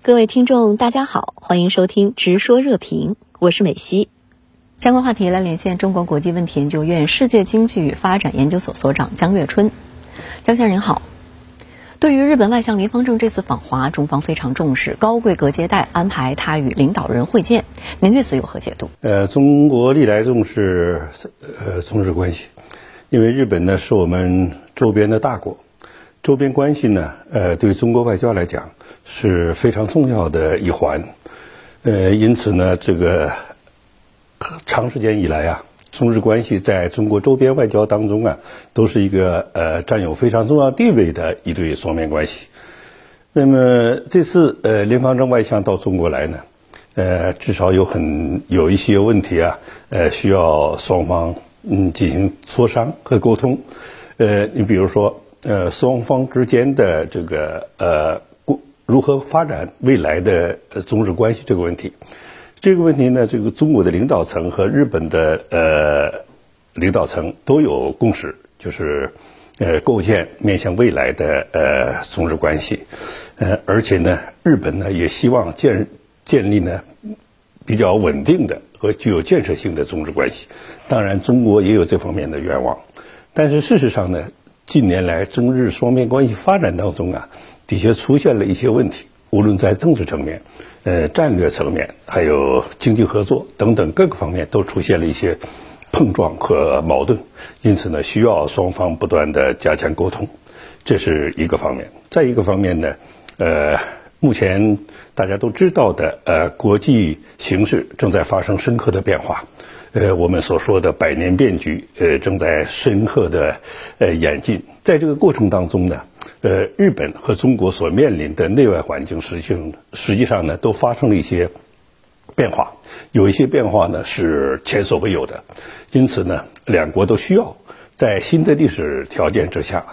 各位听众大家好，欢迎收听直说热评，我是美西。相关话题来连线中国国际问题研究院世界经济与发展研究所所长江月春。江先生您好。对于日本外相林芳正这次访华，中方非常重视，高规格接待，安排他与领导人会见，您对此有何解读？ 中国历来重视中日关系，因为日本呢是我们周边的大国，周边关系呢对中国外交来讲是非常重要的一环，因此呢，这个长时间以来啊，中日关系在中国周边外交当中啊，都是一个占有非常重要地位的一对双边关系。那么这次林芳正外相到中国来呢，至少有一些问题啊，需要双方进行磋商和沟通。你比如说双方之间的这个如何发展未来的中日关系这个问题，呢，这个中国的领导层和日本的领导层都有共识，就是构建面向未来的中日关系，而且呢，日本呢也希望建立呢比较稳定的和具有建设性的中日关系。当然，中国也有这方面的愿望，但是事实上呢，近年来中日双边关系发展当中啊，的确出现了一些问题，无论在政治层面、战略层面，还有经济合作等等各个方面，都出现了一些碰撞和矛盾，因此呢，需要双方不断的加强沟通，这是一个方面。再一个方面呢，目前大家都知道的国际形势正在发生深刻的变化。我们所说的百年变局，正在深刻的演进。在这个过程当中呢，日本和中国所面临的内外环境实际上呢，都发生了一些变化，有一些变化呢是前所未有的。因此呢，两国都需要在新的历史条件之下，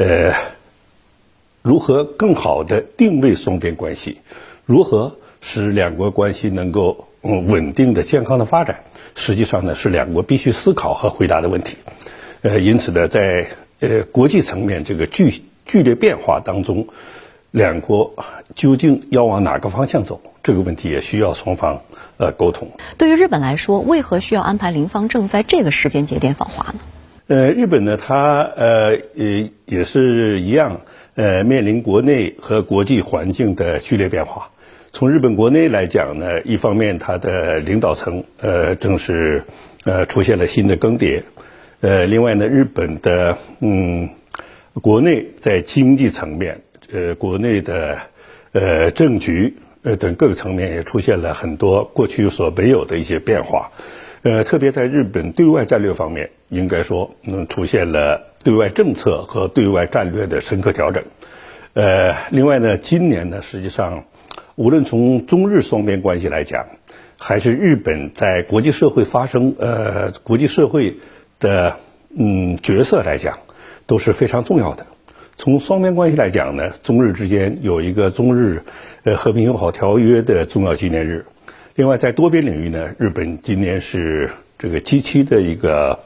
如何更好的定位双边关系，如何使两国关系能够稳定的、健康的发展，实际上呢是两国必须思考和回答的问题。因此呢，在国际层面这个剧烈变化当中，两国究竟要往哪个方向走，这个问题也需要双方沟通。 对于日本来说，为何需要安排林芳正在这个时间节点访华呢？ 日本呢，它也是一样，面临国内和国际环境的剧烈变化。从日本国内来讲呢，一方面它的领导层正是出现了新的更迭，另外呢，日本的国内在经济层面，国内的政局等各个层面也出现了很多过去所没有的一些变化。特别在日本对外战略方面，应该说出现了对外政策和对外战略的深刻调整。另外呢，今年呢，实际上无论从中日双边关系来讲，还是日本在国际社会国际社会的角色来讲，都是非常重要的。从双边关系来讲呢，中日之间有一个中日和平友好条约的重要纪念日。另外，在多边领域呢，日本今年是这个G7的一个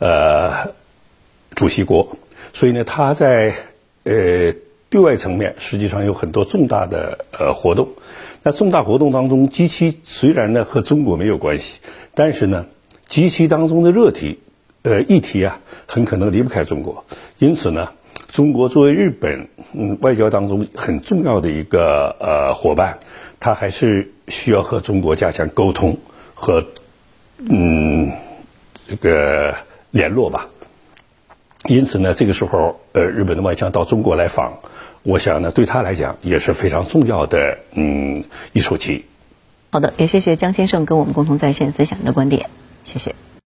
主席国，所以呢，它在对外层面实际上有很多重大的活动。那重大活动当中，G7虽然呢和中国没有关系，但是呢，G7当中的热题议题啊，很可能离不开中国。因此呢，中国作为日本外交当中很重要的一个伙伴，它还是需要和中国加强沟通和这个联络吧。因此呢，这个时候日本的外相到中国来访，我想呢，对他来讲也是非常重要的一手棋。 好的，也谢谢江先生跟我们共同在线分享您的观点，谢谢。